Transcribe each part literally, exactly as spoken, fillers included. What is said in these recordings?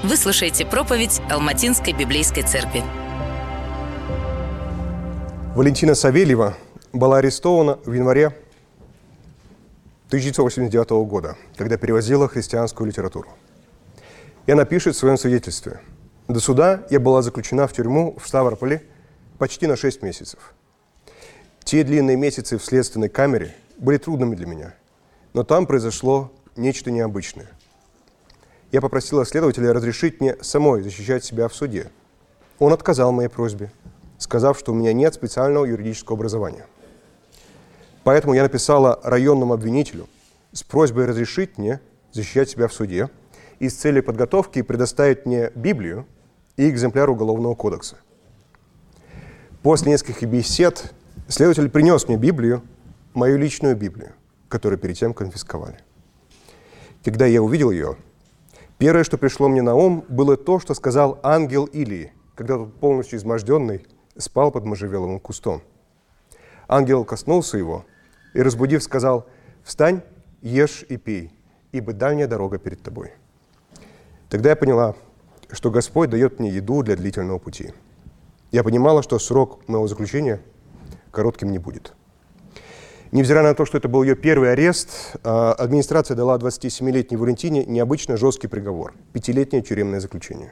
Вы слушаете проповедь Алматинской библейской церкви. Валентина Савельева была арестована в январе тысяча девятьсот восемьдесят девятого года, когда перевозила христианскую литературу. И она пишет в своем свидетельстве: «До суда я была заключена в тюрьму в Ставрополе почти на шесть месяцев. Те длинные месяцы в следственной камере были трудными для меня, но там произошло нечто необычное. Я попросила следователя разрешить мне самой защищать себя в суде. Он отказал моей просьбе, сказав, что у меня нет специального юридического образования. Поэтому я написала районному обвинителю с просьбой разрешить мне защищать себя в суде и с целью подготовки предоставить мне Библию и экземпляр Уголовного кодекса. После нескольких бесед следователь принес мне Библию, мою личную Библию, которую перед тем конфисковали. Когда я увидел ее, первое, что пришло мне на ум, было то, что сказал ангел Илии, когда тот, полностью изможденный, спал под можжевеловым кустом. Ангел коснулся его и, разбудив, сказал: «Встань, ешь и пей, ибо дальняя дорога перед тобой». Тогда я поняла, что Господь дает мне еду для длительного пути. Я понимала, что срок моего заключения коротким не будет. Невзирая на то, что это был ее первый арест, администрация дала двадцатисемилетней Валентине необычно жесткий приговор – пятилетнее тюремное заключение.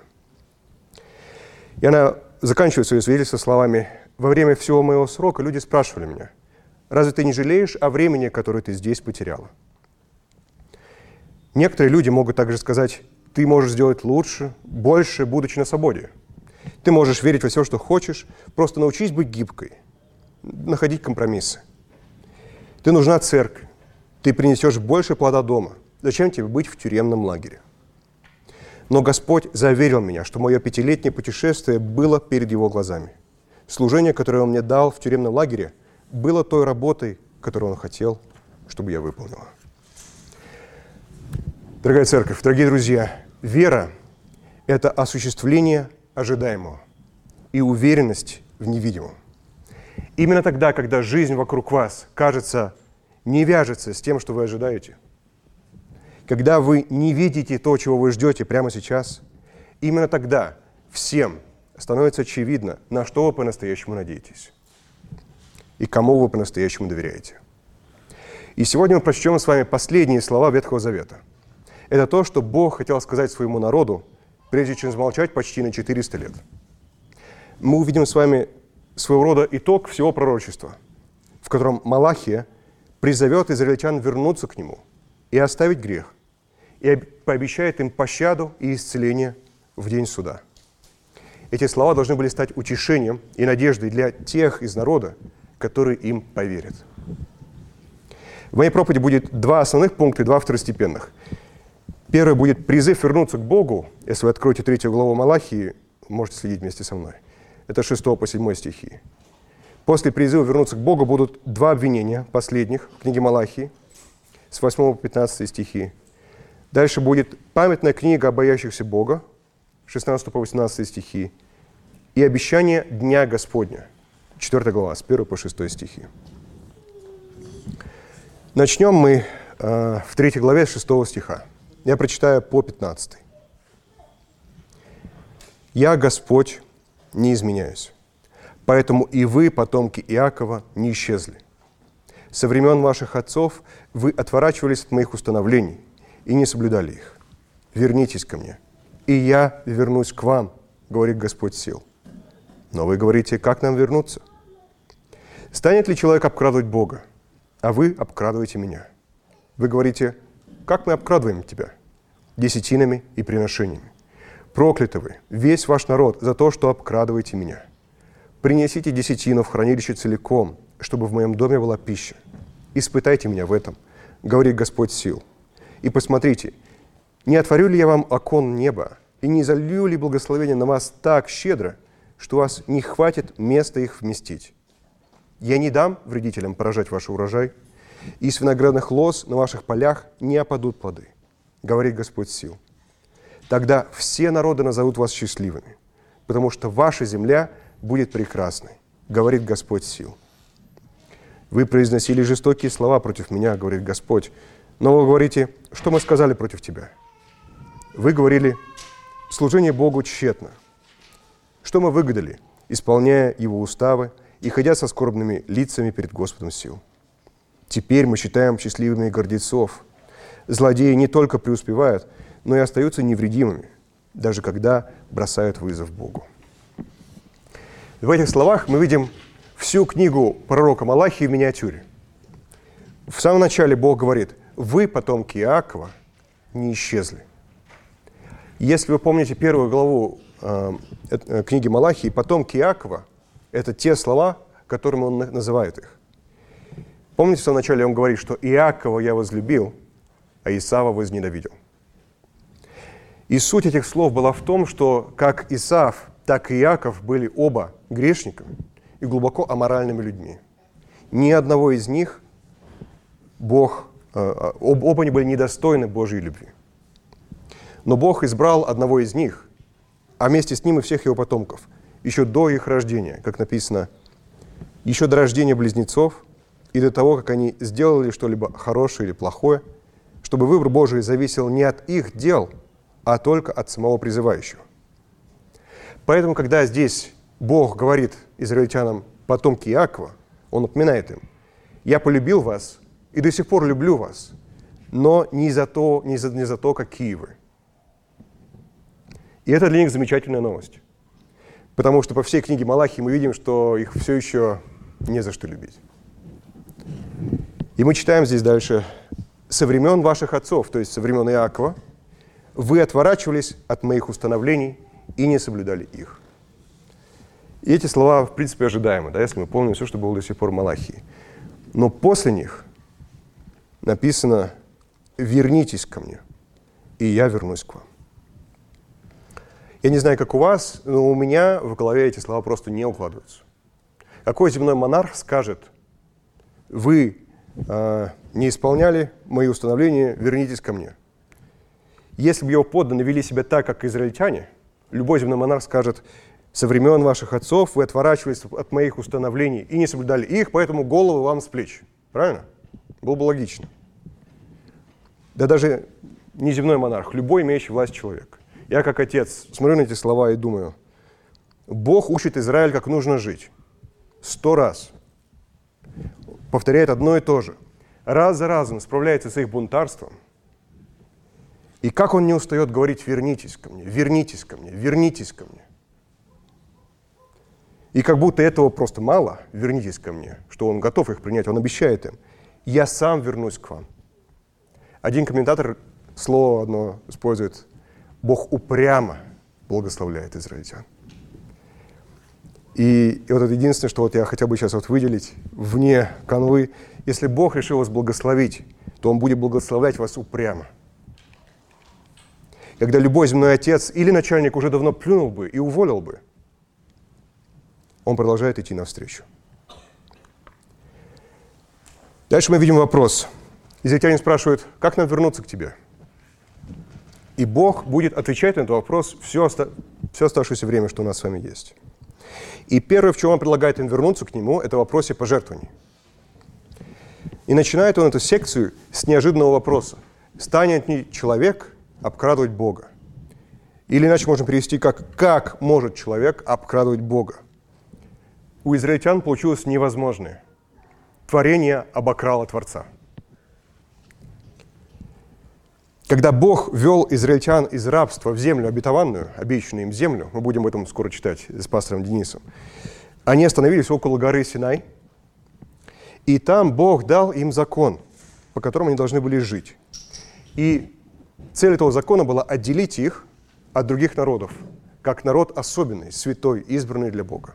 И она заканчивает свое свидетельство словами: «Во время всего моего срока люди спрашивали меня: разве ты не жалеешь о времени, которое ты здесь потеряла?» Некоторые люди могут также сказать: ты можешь сделать лучше, больше, будучи на свободе. Ты можешь верить во все, что хочешь, просто научись быть гибкой, находить компромиссы. Ты нужна церкви, ты принесешь больше плода дома. Зачем тебе быть в тюремном лагере? Но Господь заверил меня, что мое пятилетнее путешествие было перед Его глазами. Служение, которое Он мне дал в тюремном лагере, было той работой, которую Он хотел, чтобы я выполнила. Дорогая церковь, дорогие друзья, вера – это осуществление ожидаемого и уверенность в невидимом. Именно тогда, когда жизнь вокруг вас, кажется, не вяжется с тем, что вы ожидаете, когда вы не видите то, чего вы ждете прямо сейчас, именно тогда всем становится очевидно, на что вы по-настоящему надеетесь и кому вы по-настоящему доверяете. И сегодня мы прочтем с вами последние слова Ветхого Завета. Это то, что Бог хотел сказать своему народу, прежде чем замолчать почти на четыреста лет. Мы увидим с вами своего рода итог всего пророчества, в котором Малахия призовет израильтян вернуться к Нему и оставить грех, и пообещает им пощаду и исцеление в день суда. Эти слова должны были стать утешением и надеждой для тех из народа, которые им поверят. В моей проповеди будет два основных пункта и два второстепенных. Первый будет призыв вернуться к Богу. Если вы откроете третью главу Малахии, можете следить вместе со мной. Это шестой по седьмой стихи. После призыва вернуться к Богу будут два обвинения последних в книге Малахии с восьмого по пятнадцатый стихи. Дальше будет памятная книга о боящихся Бога, шестнадцатый по восемнадцатый стихи, и обещание Дня Господня, четвёртая глава, с первого по шестой стихи. Начнем мы э, в третьей главе с шестого стиха. Я прочитаю по пятнадцатый. «Я, Господь, не изменяюсь, поэтому и вы, потомки Иакова, не исчезли. Со времен ваших отцов вы отворачивались от моих установлений и не соблюдали их. Вернитесь ко мне, и я вернусь к вам, говорит Господь сил. Но вы говорите: как нам вернуться? Станет ли человек обкрадывать Бога, а вы обкрадываете меня? Вы говорите: как мы обкрадываем тебя? Десятинами и приношениями. Прокляты вы, весь ваш народ, за то, что обкрадываете меня. Принесите десятину в хранилище целиком, чтобы в моем доме была пища. Испытайте меня в этом, говорит Господь сил. И посмотрите, не отворю ли я вам окон неба, и не залью ли благословение на вас так щедро, что у вас не хватит места их вместить? Я не дам вредителям поражать ваш урожай, и с виноградных лоз на ваших полях не опадут плоды, говорит Господь сил. Тогда все народы назовут вас счастливыми, потому что ваша земля будет прекрасной, говорит Господь сил. Вы произносили жестокие слова против меня, говорит Господь, но вы говорите: что мы сказали против тебя? Вы говорили: служение Богу тщетно. Что мы выгадали, исполняя Его уставы и ходя со скорбными лицами перед Господом сил? Теперь мы считаем счастливыми гордецов. Злодеи не только преуспевают, но и остаются невредимыми, даже когда бросают вызов Богу. В этих словах мы видим всю книгу пророка Малахии в миниатюре. В самом начале Бог говорит: «Вы, потомки Иакова, не исчезли». Если вы помните первую главу э, э, книги Малахии, потомки Иакова – это те слова, которыми он называет их. Помните, в самом начале он говорит, что Иакова я возлюбил, а Исава возненавидел. И суть этих слов была в том, что как Исав, так и Иаков были оба грешниками и глубоко аморальными людьми. Ни одного из них Бог, э, оба они были недостойны Божьей любви. Но Бог избрал одного из них, а вместе с ним и всех его потомков, еще до их рождения, как написано, еще до рождения близнецов и до того, как они сделали что-либо хорошее или плохое, чтобы выбор Божий зависел не от их дел, а только от самого призывающего. Поэтому, когда здесь Бог говорит израильтянам потомки Иакова, Он напоминает им: «Я полюбил вас и до сих пор люблю вас, но не за то, не за, не за то, какие вы». И это для них замечательная новость. Потому что по всей книге Малахии мы видим, что их все еще не за что любить. И мы читаем здесь дальше: «Со времен ваших отцов», то есть со времен Иакова, «вы отворачивались от моих установлений и не соблюдали их». И эти слова, в принципе, ожидаемы, да, если мы помним все, что было до сих пор в Малахии. Но после них написано: «Вернитесь ко мне, и я вернусь к вам». Я не знаю, как у вас, но у меня в голове эти слова просто не укладываются. Какой земной монарх скажет: «Вы э, не исполняли мои установления, вернитесь ко мне»? Если бы его подданные вели себя так, как израильтяне, любой земной монарх скажет: «Со времен ваших отцов вы отворачивались от моих установлений и не соблюдали их, поэтому головы вам с плеч». Правильно? Было бы логично. Да даже не земной монарх, любой имеющий власть человек. Я, как отец, смотрю на эти слова и думаю: Бог учит Израиль, как нужно жить. Сто раз. Повторяет одно и то же. Раз за разом справляется с их бунтарством. И как он не устает говорить: «Вернитесь ко мне, вернитесь ко мне, вернитесь ко мне». И как будто этого просто мало, «вернитесь ко мне», что он готов их принять, он обещает им: «Я сам вернусь к вам». Один комментатор слово одно использует: Бог упрямо благословляет израильтян. И, и вот это единственное, что вот я хотел бы сейчас вот выделить вне канвы. Если Бог решил вас благословить, то Он будет благословлять вас упрямо. Когда любой земной отец или начальник уже давно плюнул бы и уволил бы, он продолжает идти навстречу. Дальше мы видим вопрос. Израильтянин спрашивает: «Как нам вернуться к тебе?» И Бог будет отвечать на этот вопрос все, оста... все оставшееся время, что у нас с вами есть. И первое, в чем он предлагает им вернуться к нему, это в вопросе пожертвований. И начинает он эту секцию с неожиданного вопроса: станет ли человек обкрадывать Бога? Или иначе можно перевести как: как может человек обкрадывать Бога? У израильтян получилось невозможное. Творение обокрало Творца. Когда Бог ввел израильтян из рабства в землю обетованную, обещанную им землю, мы будем об этом скоро читать с пастором Денисом, они остановились около горы Синай, и там Бог дал им закон, по которому они должны были жить. И цель этого закона была отделить их от других народов, как народ особенный, святой, избранный для Бога.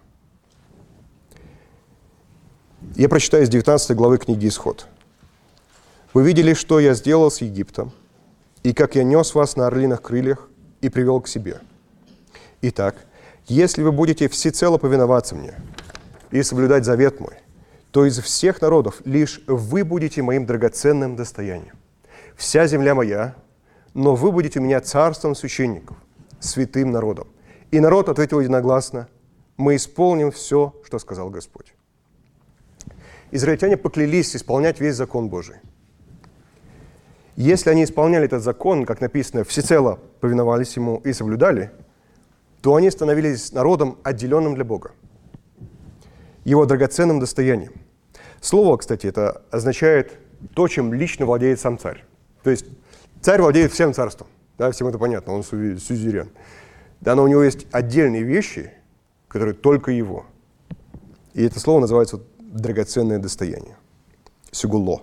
Я прочитаю из девятнадцатой главы книги «Исход». «Вы видели, что я сделал с Египтом, и как я нес вас на орлиных крыльях и привел к себе. Итак, если вы будете всецело повиноваться мне и соблюдать завет мой, то из всех народов лишь вы будете моим драгоценным достоянием. Вся земля моя, но вы будете у меня царством священников, святым народом». И народ ответил единогласно: «Мы исполним все, что сказал Господь». Израильтяне поклялись исполнять весь закон Божий. Если они исполняли этот закон, как написано, всецело повиновались ему и соблюдали, то они становились народом, отделенным для Бога, его драгоценным достоянием. Слово, кстати, это означает то, чем лично владеет сам царь. То есть царь владеет всем царством, да, всем это понятно, он сюзерен. Да, но у него есть отдельные вещи, которые только его. И это слово называется драгоценное достояние. Сюгуло.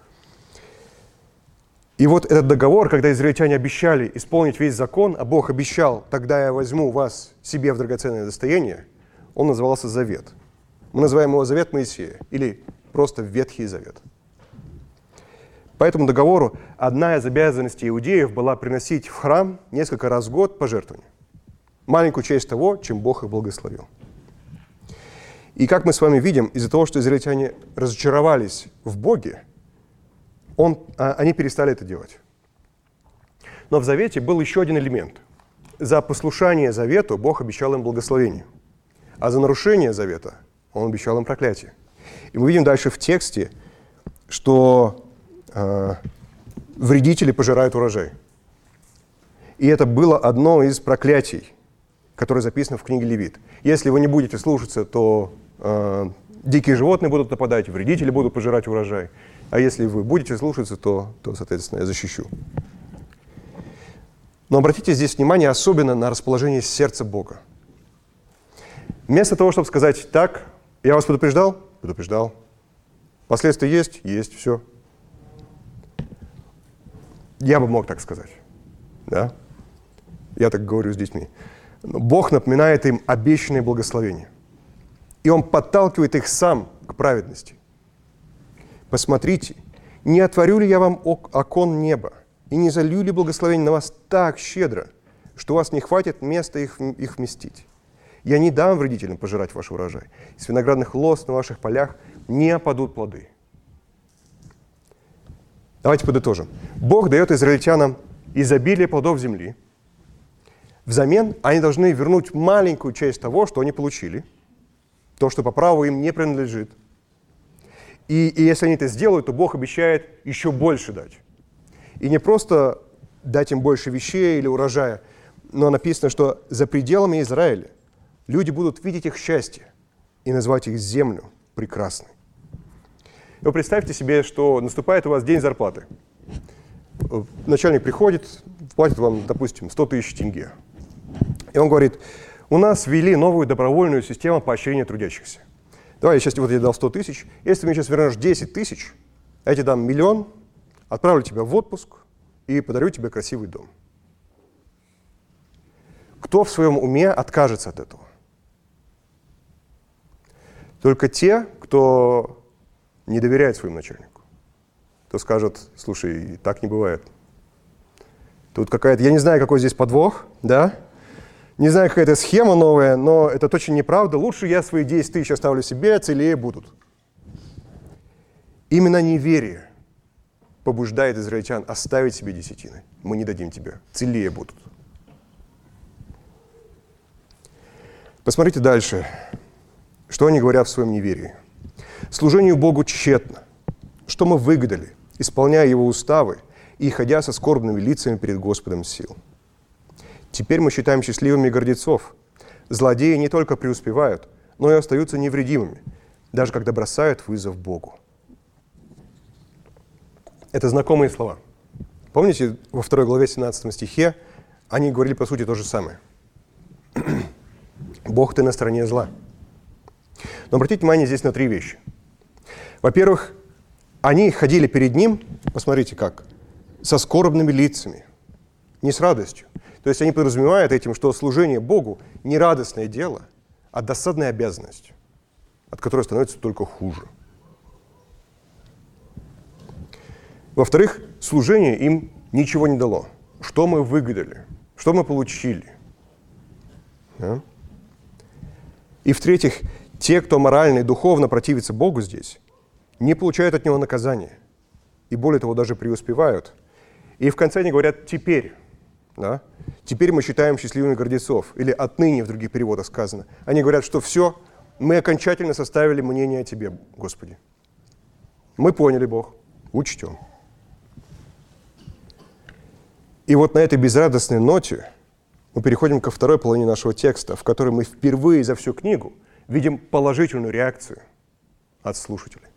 И вот этот договор, когда израильтяне обещали исполнить весь закон, а Бог обещал, тогда я возьму вас себе в драгоценное достояние, он назывался Завет. Мы называем его Завет Моисея или просто Ветхий Завет. По этому договору одна из обязанностей иудеев была приносить в храм несколько раз в год пожертвования. Маленькую часть того, чем Бог их благословил. И как мы с вами видим, из-за того, что израильтяне разочаровались в Боге, он, а, они перестали это делать. Но в Завете был еще один элемент. За послушание Завету Бог обещал им благословение, а за нарушение Завета Он обещал им проклятие. И мы видим дальше в тексте, что э, вредители пожирают урожай. И это было одно из проклятий, которое записано в книге Левит. Если вы не будете слушаться, то э, дикие животные будут нападать, вредители будут пожирать урожай. А если вы будете слушаться, то, то, соответственно, я защищу. Но обратите здесь внимание особенно на расположение сердца Бога. Вместо того, чтобы сказать так, я вас предупреждал? Предупреждал. Последствия есть? Есть, все. Я бы мог так сказать. Да? Я так говорю с детьми. Но Бог напоминает им обещанное благословение. И Он подталкивает их сам к праведности. Посмотрите, не отворю ли я вам окон неба, и не залью ли благословение на вас так щедро, что у вас не хватит места их, их вместить. Я не дам вредителям пожирать ваш урожай. Из виноградных лоз на ваших полях не опадут плоды. Давайте подытожим. Бог дает израильтянам изобилие плодов земли. Взамен они должны вернуть маленькую часть того, что они получили, то, что по праву им не принадлежит. И, и если они это сделают, то Бог обещает еще больше дать. И не просто дать им больше вещей или урожая, но написано, что за пределами Израиля люди будут видеть их счастье и назвать их землю прекрасной. И вы представьте себе, что наступает у вас день зарплаты. Начальник приходит, платит вам, допустим, сто тысяч тенге. И он говорит, у нас ввели новую добровольную систему поощрения трудящихся. Давай, я сейчас вот я дал сто тысяч, если ты мне сейчас вернешь десять тысяч, я тебе дам миллион, отправлю тебя в отпуск и подарю тебе красивый дом. Кто в своем уме откажется от этого? Только те, кто не доверяет своему начальнику. Кто скажет, слушай, так не бывает. Тут какая-то, я не знаю, какой здесь подвох, да? Не знаю, какая-то схема новая, но это точно неправда. Лучше я свои десять тысяч оставлю себе, целее будут. Именно неверие побуждает израильтян оставить себе десятины. Мы не дадим тебе, целее будут. Посмотрите дальше, что они говорят в своем неверии. Служению Богу тщетно. Что мы выгадали, исполняя Его уставы и ходя со скорбными лицами перед Господом сил. Теперь мы считаем счастливыми гордецов. Злодеи не только преуспевают, но и остаются невредимыми, даже когда бросают вызов Богу. Это знакомые слова. Помните, во второй главе семнадцатом стихе они говорили, по сути, то же самое. Бог, ты на стороне зла. Но обратите внимание здесь на три вещи. Во-первых, они ходили перед Ним, посмотрите как, со скорбными лицами, не с радостью. То есть они подразумевают этим, что служение Богу не радостное дело, а досадная обязанность, от которой становится только хуже. Во-вторых, служение им ничего не дало. Что мы выгадали? Что мы получили? Да? И в-третьих, те, кто морально и духовно противится Богу здесь, не получают от Него наказания. И более того, даже преуспевают. И в конце они говорят «теперь». Да? Теперь мы считаем счастливыми гордецов. Или отныне в других переводах сказано. Они говорят, что все, мы окончательно составили мнение о Тебе, Господи. Мы поняли, Бог, учтем. И вот на этой безрадостной ноте мы переходим ко второй половине нашего текста, в которой мы впервые за всю книгу видим положительную реакцию от слушателей.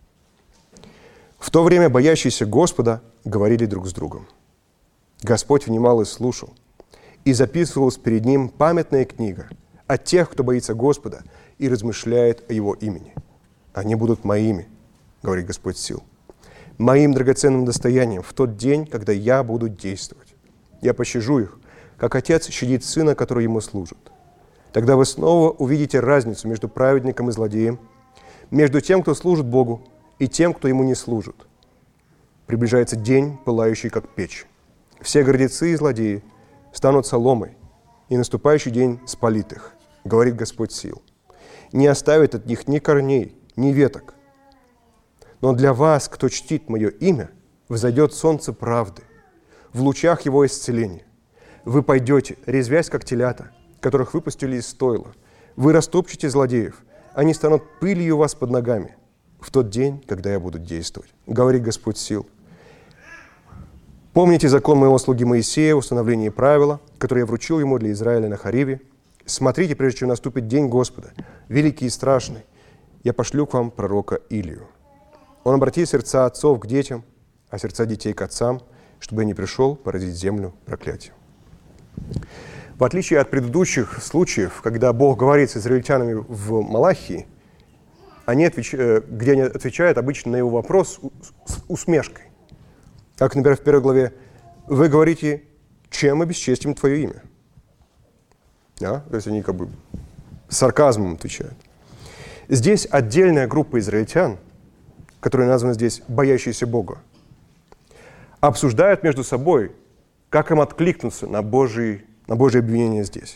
В то время боящиеся Господа говорили друг с другом. Господь внимал и слушал, и записывалась перед Ним памятная книга от тех, кто боится Господа и размышляет о Его имени. Они будут моими, говорит Господь сил, моим драгоценным достоянием в тот день, когда я буду действовать. Я пощажу их, как отец щадит сына, который ему служит. Тогда вы снова увидите разницу между праведником и злодеем, между тем, кто служит Богу, и тем, кто ему не служит. Приближается день, пылающий, как печь. Все гордецы и злодеи станут соломой, и наступающий день спалит их, говорит Господь сил. Не оставит от них ни корней, ни веток. Но для вас, кто чтит мое имя, взойдет солнце правды, в лучах его исцеления. Вы пойдете, резвясь, как телята, которых выпустили из стойла. Вы растопчете злодеев, они станут пылью у вас под ногами в тот день, когда я буду действовать, говорит Господь сил. Помните закон моего слуги Моисея, установление правила, которое я вручил ему для Израиля на Хориве. Смотрите, прежде чем наступит день Господа, великий и страшный, я пошлю к вам пророка Илию. Он обратит сердца отцов к детям, а сердца детей к отцам, чтобы я не пришел поразить землю проклятием. В отличие от предыдущих случаев, когда Бог говорит с израильтянами в Малахии, они отвеч... где они отвечают обычно на его вопрос с усмешкой. Как, например, в первой главе, вы говорите, чем мы бесчестим твое имя? Да? То есть они как бы с сарказмом отвечают. Здесь отдельная группа израильтян, которые названы здесь боящиеся Бога, обсуждают между собой, как им откликнуться на Божие, на Божие обвинение здесь.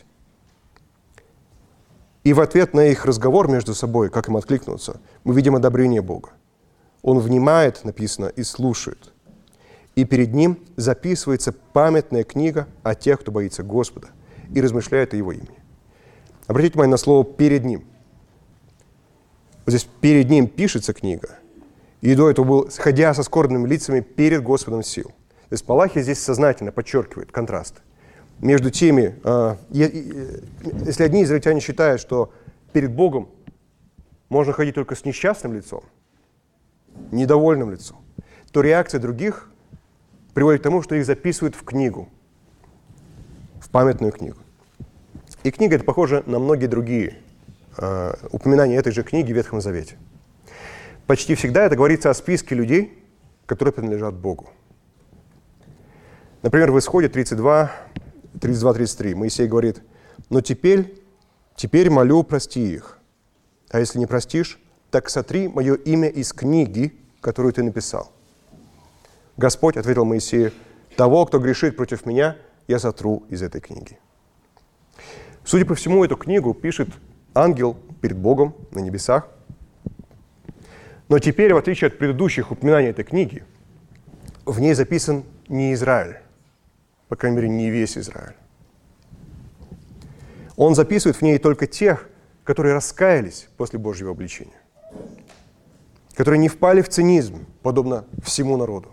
И в ответ на их разговор между собой, как им откликнуться, мы видим одобрение Бога. Он внимает, написано, и слушает. И перед ним записывается памятная книга о тех, кто боится Господа и размышляет о Его имени. Обратите внимание на слово «перед ним». Вот здесь «перед ним» пишется книга, и до этого был, ходя со скорбными лицами перед Господом сил. То есть Малахия здесь сознательно подчеркивает контраст между теми, э, если одни израильтяне считают, что перед Богом можно ходить только с несчастным лицом, недовольным лицом, то реакция других приводит к тому, что их записывают в книгу, в памятную книгу. И книга эта похожа на многие другие э, упоминания этой же книги в Ветхом Завете. Почти всегда это говорится о списке людей, которые принадлежат Богу. Например, в Исходе тридцать два, тридцать два тридцать три Моисей говорит, «Но теперь, теперь молю, прости их. А если не простишь, так сотри мое имя из книги, которую ты написал». Господь ответил Моисею, «Того, кто грешит против меня, я сотру из этой книги». Судя по всему, эту книгу пишет ангел перед Богом на небесах. Но теперь, в отличие от предыдущих упоминаний этой книги, в ней записан не Израиль, по крайней мере, не весь Израиль. Он записывает в ней только тех, которые раскаялись после Божьего обличения, которые не впали в цинизм, подобно всему народу.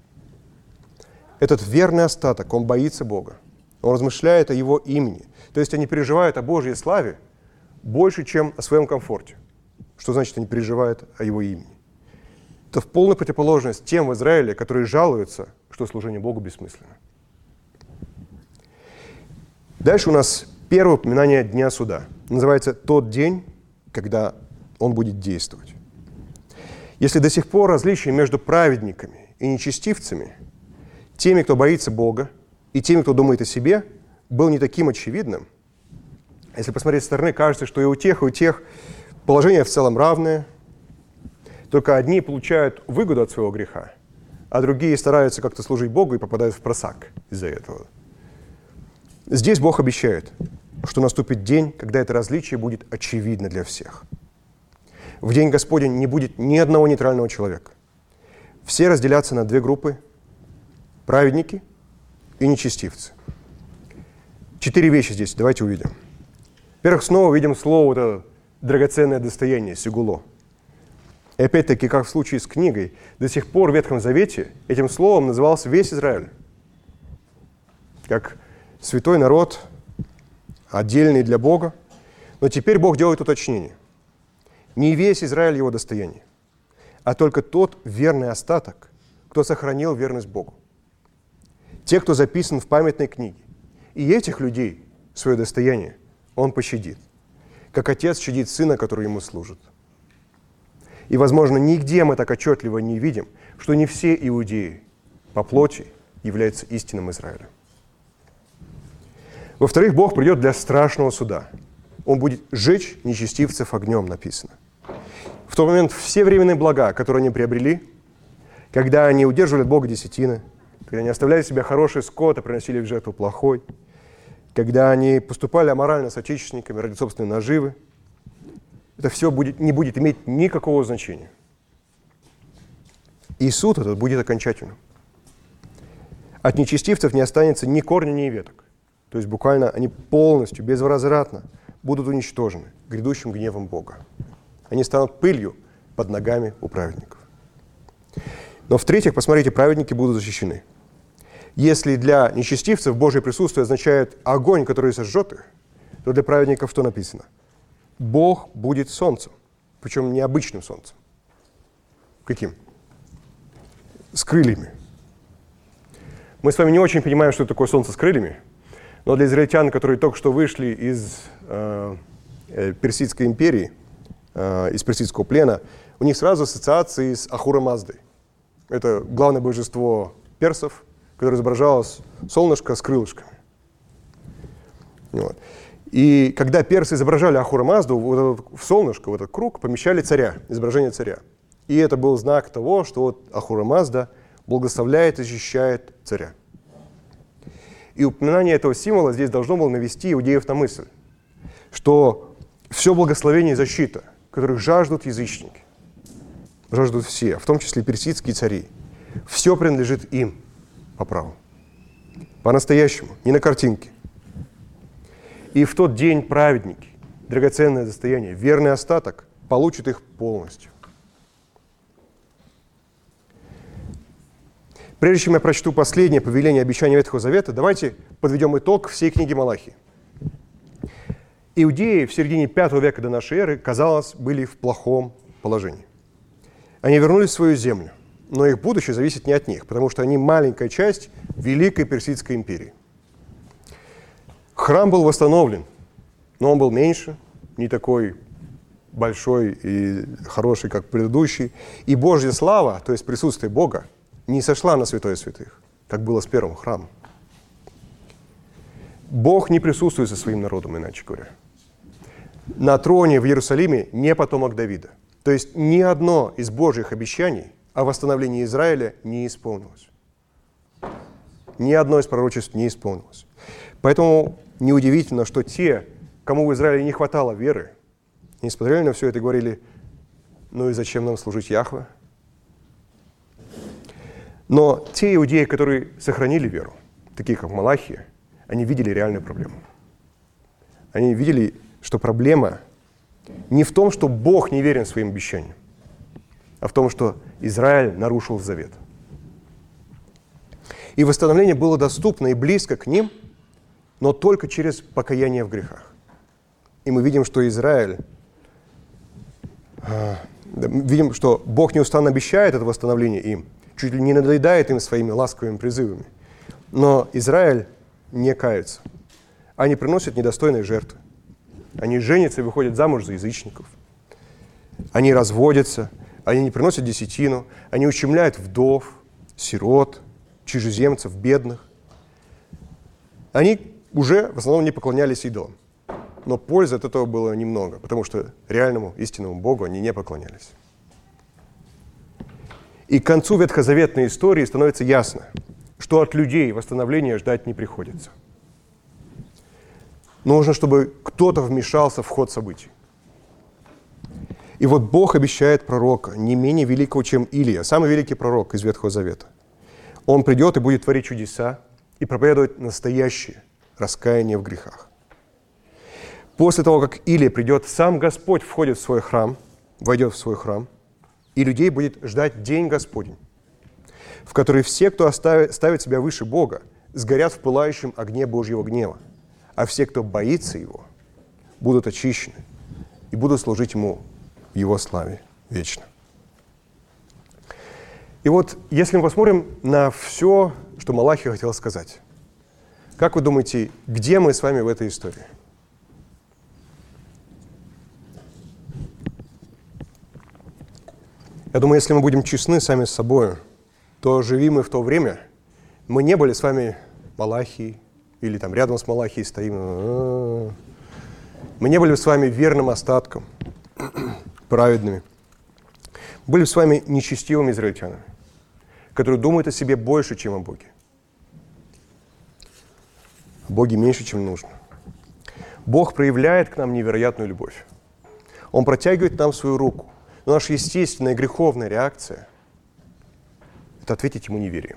Этот верный остаток, он боится Бога, он размышляет о Его имени, то есть они переживают о Божьей славе больше, чем о своем комфорте. Что значит, они переживают о Его имени? Это в полную противоположность тем в Израиле, которые жалуются, что служение Богу бессмысленно. Дальше у нас первое упоминание Дня Суда. Называется «Тот день, когда Он будет действовать». Если до сих пор различие между праведниками и нечестивцами, теми, кто боится Бога, и теми, кто думает о себе, был не таким очевидным, если посмотреть со стороны, кажется, что и у тех, и у тех положение в целом равное, только одни получают выгоду от своего греха, а другие стараются как-то служить Богу и попадают в просак из-за этого. Здесь Бог обещает, что наступит день, когда это различие будет очевидно для всех. В день Господень не будет ни одного нейтрального человека. Все разделятся на две группы – праведники и нечестивцы. Четыре вещи здесь, давайте увидим. Во-первых, снова увидим слово вот это драгоценное достояние, сигуло. И опять-таки, как в случае с книгой, до сих пор в Ветхом Завете этим словом назывался весь Израиль. как святой народ, отдельный для Бога. Но теперь Бог делает уточнение. Не весь Израиль его достояние, а только тот верный остаток, кто сохранил верность Богу. Те, кто записан в памятной книге. И этих людей, свое достояние, Он пощадит, как отец щадит сына, который ему служит. И, возможно, нигде мы так отчетливо не видим, что не все иудеи по плоти являются истинным Израилем. Во-вторых, Бог придет для страшного суда. Он будет сжечь нечестивцев огнем, написано. В тот момент все временные блага, которые они приобрели, когда они удерживали от Бога десятины, когда они оставляли себе хороший скот, а приносили в жертву плохой, когда они поступали аморально с отечественниками ради собственной наживы, это все будет, не будет иметь никакого значения. И суд этот будет окончательным. От нечестивцев не останется ни корня, ни веток. То есть буквально они полностью, безвозвратно будут уничтожены грядущим гневом Бога. Они станут пылью под ногами у праведников. Но в-третьих, посмотрите, праведники будут защищены. Если для нечестивцев Божье присутствие означает огонь, который сожжет их, то для праведников что написано? Бог будет солнцем, причем необычным солнцем. Каким? С крыльями. Мы с вами не очень понимаем, что такое солнце с крыльями, но для израильтян, которые только что вышли из э, Персидской империи, э, из персидского плена, у них сразу ассоциации с Ахура Маздой. Это главное божество персов, которое изображалось солнышко с крылышками. Вот. И когда персы изображали Ахура Мазду, вот этот, в солнышко, в этот круг, помещали царя, изображение царя. И это был знак того, что вот Ахура Мазда благословляет и защищает царя. И упоминание этого символа здесь должно было навести иудеев на мысль, что все благословение и защита, которых жаждут язычники, жаждут все, в том числе персидские цари, все принадлежит им по праву. По-настоящему, не на картинке. И в тот день праведники, драгоценное достояние, верный остаток, получат их полностью. Прежде чем я прочту последнее повеление обещания Ветхого Завета, давайте подведем итог всей книги Малахии. Иудеи в середине пятого века до нашей эры, казалось, были в плохом положении. Они вернулись в свою землю, но их будущее зависит не от них, потому что они маленькая часть Великой Персидской империи. Храм был восстановлен, но он был меньше, не такой большой и хороший, как предыдущий. И Божья слава, то есть присутствие Бога, не сошла на святое святых, как было с первым храмом. Бог не присутствует со своим народом, иначе говоря. На троне в Иерусалиме не потомок Давида. То есть ни одно из Божьих обещаний о восстановлении Израиля не исполнилось. Ни одно из пророчеств не исполнилось. Поэтому неудивительно, что те, кому в Израиле не хватало веры, они смотрели на все это и говорили: ну и зачем нам служить Яхве? Но те иудеи, которые сохранили веру, такие как Малахия, они видели реальную проблему. Они видели, что проблема не в том, что Бог не верен своим обещаниям, а в том, что Израиль нарушил завет. И восстановление было доступно и близко к ним, но только через покаяние в грехах. И мы видим, что Израиль, э, видим, что Бог неустанно обещает это восстановление им, чуть ли не надоедает им своими ласковыми призывами. Но Израиль не кается. Они приносят недостойные жертвы. Они женятся и выходят замуж за язычников. Они разводятся, они не приносят десятину, они ущемляют вдов, сирот, чужеземцев, бедных. Они уже в основном не поклонялись идолам. Но пользы от этого было немного, потому что реальному истинному Богу они не поклонялись. И к концу ветхозаветной истории становится ясно, что от людей восстановления ждать не приходится. Нужно, чтобы кто-то вмешался в ход событий. И вот Бог обещает пророка, не менее великого, чем Илия, самый великий пророк из Ветхого Завета. Он придет и будет творить чудеса и проповедовать настоящее раскаяние в грехах. После того, как Илия придет, сам Господь входит в свой храм, войдет в свой храм, и людей будет ждать день Господень, в который все, кто оставит, ставит себя выше Бога, сгорят в пылающем огне Божьего гнева, а все, кто боится Его, будут очищены и будут служить Ему в Его славе вечно. И вот, если мы посмотрим на все, что Малахия хотел сказать, как вы думаете, где мы с вами в этой истории? Я думаю, если мы будем честны сами с собой, то живи мы в то время, мы не были с вами Малахией, или там рядом с Малахией стоим. Мы не были с вами верным остатком, праведными. Были с вами нечестивыми израильтянами, которые думают о себе больше, чем о Боге. О Боге меньше, чем нужно. Бог проявляет к нам невероятную любовь. Он протягивает нам свою руку. Но наша естественная греховная реакция – это ответить Ему неверием.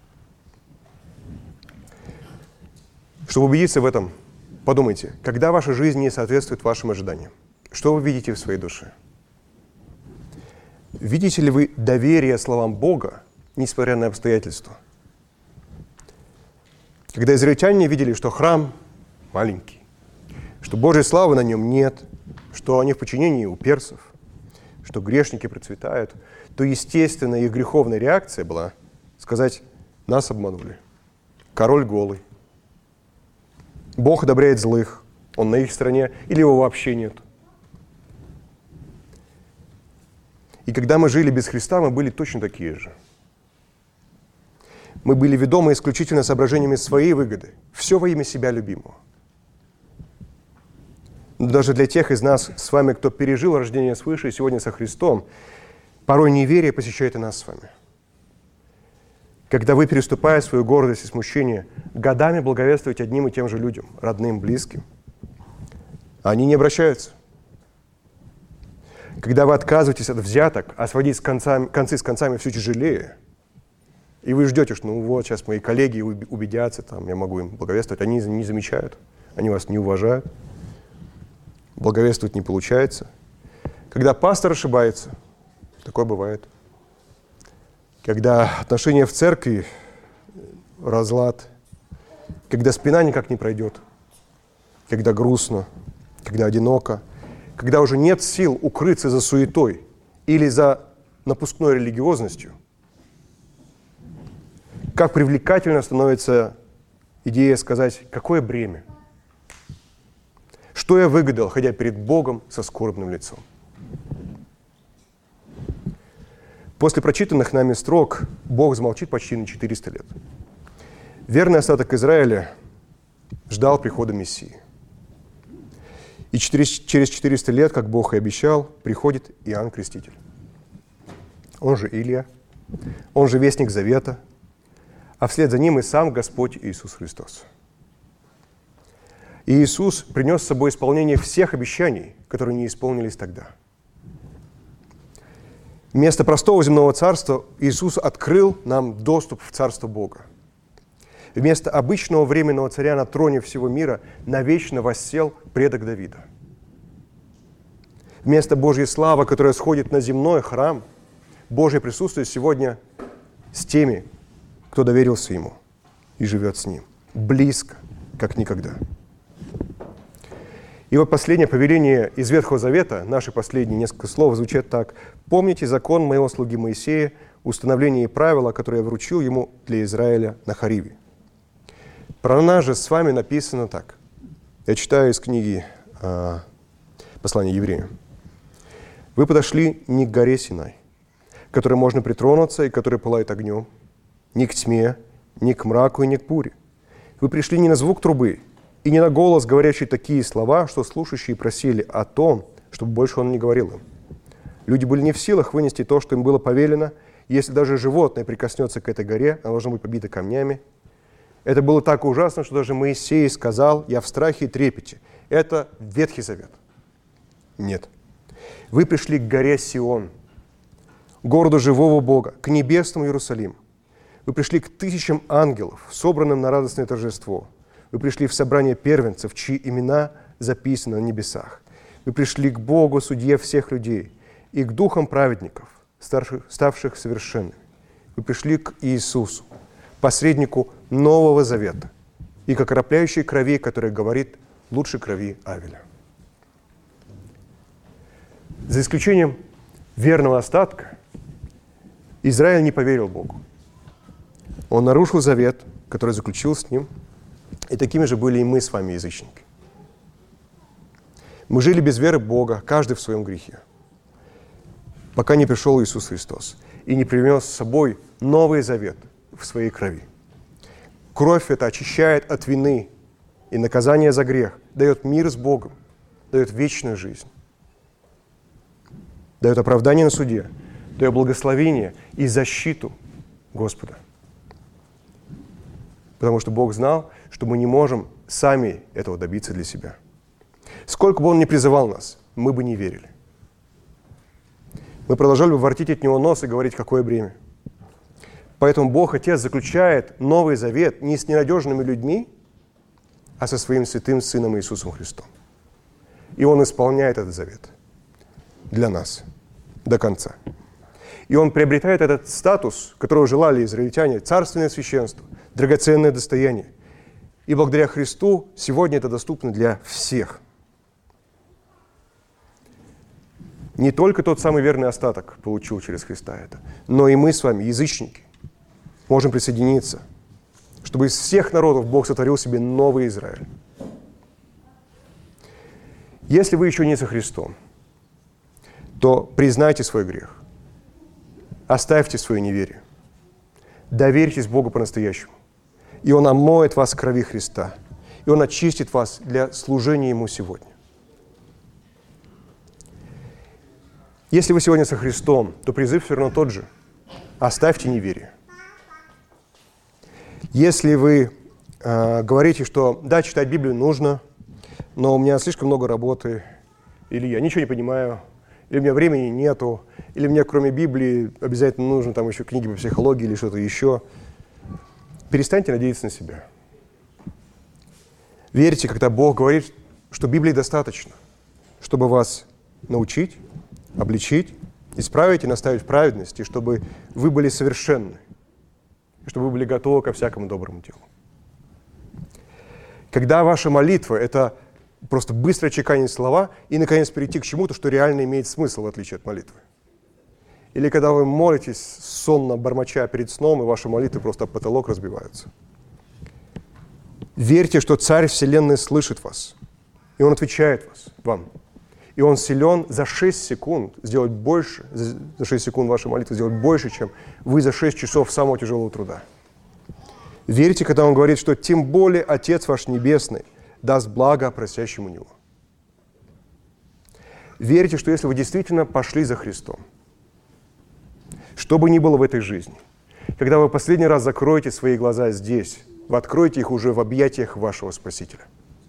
Чтобы убедиться в этом, подумайте, когда ваша жизнь не соответствует вашим ожиданиям, что вы видите в своей душе? Видите ли вы доверие словам Бога, несмотря на обстоятельства? Когда израильтяне видели, что храм маленький, что Божьей славы на нем нет, что они в подчинении у персов, что грешники процветают, то естественная их греховная реакция была сказать: нас обманули, король голый, Бог одобряет злых, Он на их стороне, или Его вообще нет. И когда мы жили без Христа, мы были точно такие же. Мы были ведомы исключительно соображениями своей выгоды, все во имя себя любимого. Даже для тех из нас с вами, кто пережил рождение свыше и сегодня со Христом, порой неверие посещает и нас с вами. Когда вы, переступая свою гордость и смущение, годами благовествуете одним и тем же людям, родным, близким, они не обращаются. Когда вы отказываетесь от взяток, а сводить с концами, концы с концами все тяжелее, и вы ждете, что ну вот сейчас мои коллеги убедятся, там, я могу им благовествовать, они не замечают, они вас не уважают. Благовествовать не получается. Когда пастор ошибается, такое бывает. Когда отношения в церкви разлад, когда спина никак не пройдет, когда грустно, когда одиноко, когда уже нет сил укрыться за суетой или за напускной религиозностью, как привлекательно становится идея сказать: какое бремя, что я выгадал, ходя перед Богом со скорбным лицом. После прочитанных нами строк Бог замолчит почти на четыреста лет. Верный остаток Израиля ждал прихода Мессии. И через четыреста лет, как Бог и обещал, приходит Иоанн Креститель. Он же Илия, он же Вестник Завета, а вслед за ним и сам Господь Иисус Христос. И Иисус принес с собой исполнение всех обещаний, которые не исполнились тогда. Вместо простого земного царства Иисус открыл нам доступ в Царство Бога. Вместо обычного временного царя на троне всего мира навечно воссел предок Давида. Вместо Божьей славы, которая сходит на земной храм, Божье присутствие сегодня с теми, кто доверился Ему и живет с Ним. Близко, как никогда. И вот последнее повеление из Ветхого Завета, наши последние несколько слов, звучат так: «Помните закон моего слуги Моисея, установление и правила, которые я вручил ему для Израиля на Хариве». Про нас же с вами написано так. Я читаю из книги э, послания евреям. «Вы подошли не к горе Синай, к которой можно притронуться и которая пылает огнем, ни к тьме, ни к мраку и ни к буре. Вы пришли не на звук трубы, и не на голос, говорящий такие слова, что слушающие просили о том, чтобы больше он не говорил им. Люди были не в силах вынести то, что им было повелено. Если даже животное прикоснется к этой горе, оно должно быть побито камнями. Это было так ужасно, что даже Моисей сказал: я в страхе и трепете. Это Ветхий Завет. Нет. Вы пришли к горе Сион, городу живого Бога, к небесному Иерусалиму. Вы пришли к тысячам ангелов, собранным на радостное торжество. Вы пришли в собрание первенцев, чьи имена записаны на небесах. Вы пришли к Богу, судье всех людей, и к духам праведников, ставших совершенными. Вы пришли к Иисусу, посреднику Нового Завета и к окропляющей крови, которая говорит лучше крови Авеля. За исключением верного остатка, Израиль не поверил Богу. Он нарушил завет, который заключил с ним, и такими же были и мы с вами, язычники. Мы жили без веры в Бога, каждый в своем грехе, пока не пришел Иисус Христос и не принес с собой новый завет в своей крови. Кровь эта очищает от вины и наказания за грех, дает мир с Богом, дает вечную жизнь, дает оправдание на суде, дает благословение и защиту Господа. Потому что Бог знал, что мы не можем сами этого добиться для себя. Сколько бы Он ни призывал нас, мы бы не верили. Мы продолжали бы воротить от Него нос и говорить, какое бремя. Поэтому Бог, Отец, заключает Новый Завет не с ненадежными людьми, а со Своим святым Сыном Иисусом Христом. И Он исполняет этот завет для нас до конца. И Он приобретает этот статус, которого желали израильтяне, царственное священство, драгоценное достояние. И благодаря Христу сегодня это доступно для всех. Не только тот самый верный остаток получил через Христа это, но и мы с вами, язычники, можем присоединиться, чтобы из всех народов Бог сотворил себе новый Израиль. Если вы еще не со Христом, то признайте свой грех, оставьте свое неверие, доверьтесь Богу по-настоящему, и Он омоет вас в крови Христа, и Он очистит вас для служения Ему сегодня. Если вы сегодня со Христом, то призыв все равно тот же. Оставьте неверие. Если вы э, говорите, что да, читать Библию нужно, но у меня слишком много работы, или я ничего не понимаю, или у меня времени нету, или мне кроме Библии обязательно нужно там еще книги по психологии или что-то еще, перестаньте надеяться на себя. Верьте, когда Бог говорит, что Библии достаточно, чтобы вас научить, обличить, исправить и наставить в праведности, чтобы вы были совершенны, и чтобы вы были готовы ко всякому доброму делу. Когда ваша молитва – это просто быстро чеканить слова и, наконец, перейти к чему-то, что реально имеет смысл, в отличие от молитвы. Или когда вы молитесь, сонно бормоча перед сном, и ваши молитвы просто об потолок разбиваются. Верьте, что Царь Вселенной слышит вас, и Он отвечает вас, вам. И Он силен за шесть секунд сделать больше, за шесть секунд вашей молитвы сделать больше, чем вы за шесть часов самого тяжелого труда. Верьте, когда Он говорит, что тем более Отец ваш Небесный даст благо просящему Него. Верьте, что если вы действительно пошли за Христом, что бы ни было в этой жизни, когда вы последний раз закроете свои глаза здесь, вы откроете их уже в объятиях вашего Спасителя.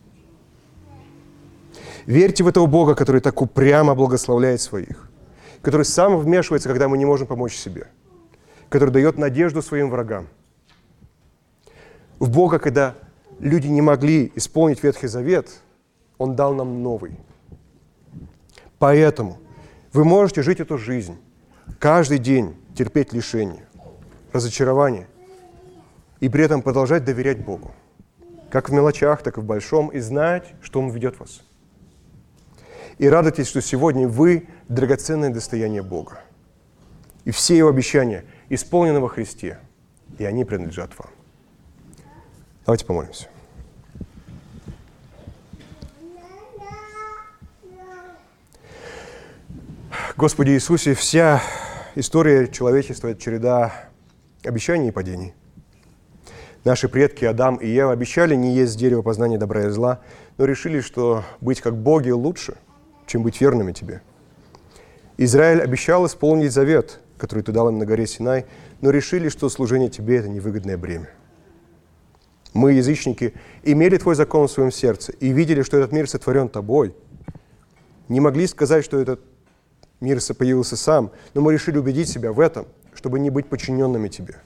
Верьте в этого Бога, который так упрямо благословляет своих, который сам вмешивается, когда мы не можем помочь себе, который дает надежду своим врагам. В Бога, когда люди не могли исполнить Ветхий Завет, Он дал нам новый. Поэтому вы можете жить эту жизнь, каждый день терпеть лишения, разочарования, и при этом продолжать доверять Богу, как в мелочах, так и в большом, и знать, что Он ведет вас. И радуйтесь, что сегодня вы – драгоценное достояние Бога. И все Его обещания исполнены во Христе, и они принадлежат вам. Давайте помолимся. Господи Иисусе, вся история человечества – это череда обещаний и падений. Наши предки Адам и Ева обещали не есть с дерева познания добра и зла, но решили, что быть как боги лучше, чем быть верными Тебе. Израиль обещал исполнить завет, который Ты дал им на горе Синай, но решили, что служение Тебе – это невыгодное бремя. Мы, язычники, имели Твой закон в своем сердце и видели, что этот мир сотворен Тобой. Не могли сказать, что этот мир появился сам, но мы решили убедить себя в этом, чтобы не быть подчиненными Тебе.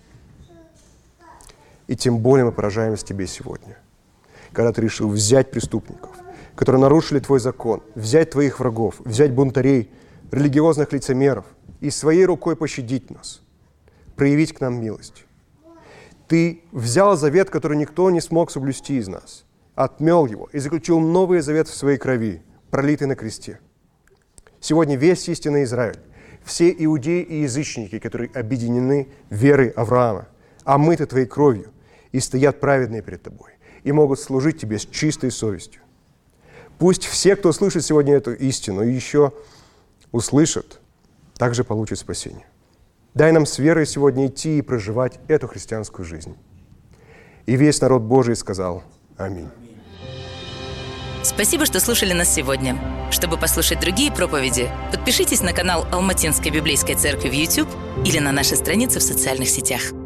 И тем более мы поражаемся Тебе сегодня, когда Ты решил взять преступников, которые нарушили Твой закон, взять Твоих врагов, взять бунтарей, религиозных лицемеров и своей рукой пощадить нас, проявить к нам милость. Ты взял завет, который никто не смог соблюсти из нас, отмел его и заключил новый завет в своей крови, пролитый на кресте. Сегодня весь истинный Израиль, все иудеи и язычники, которые объединены верой Авраама, омыты Твоей кровью и стоят праведные перед Тобой, и могут служить Тебе с чистой совестью. Пусть все, кто слышит сегодня эту истину и еще услышат, также получат спасение. Дай нам с верой сегодня идти и проживать эту христианскую жизнь. И весь народ Божий сказал Аминь. Спасибо, что слушали нас сегодня. Чтобы послушать другие проповеди, подпишитесь на канал Алматинской библейской церкви в YouTube или на наши страницы в социальных сетях.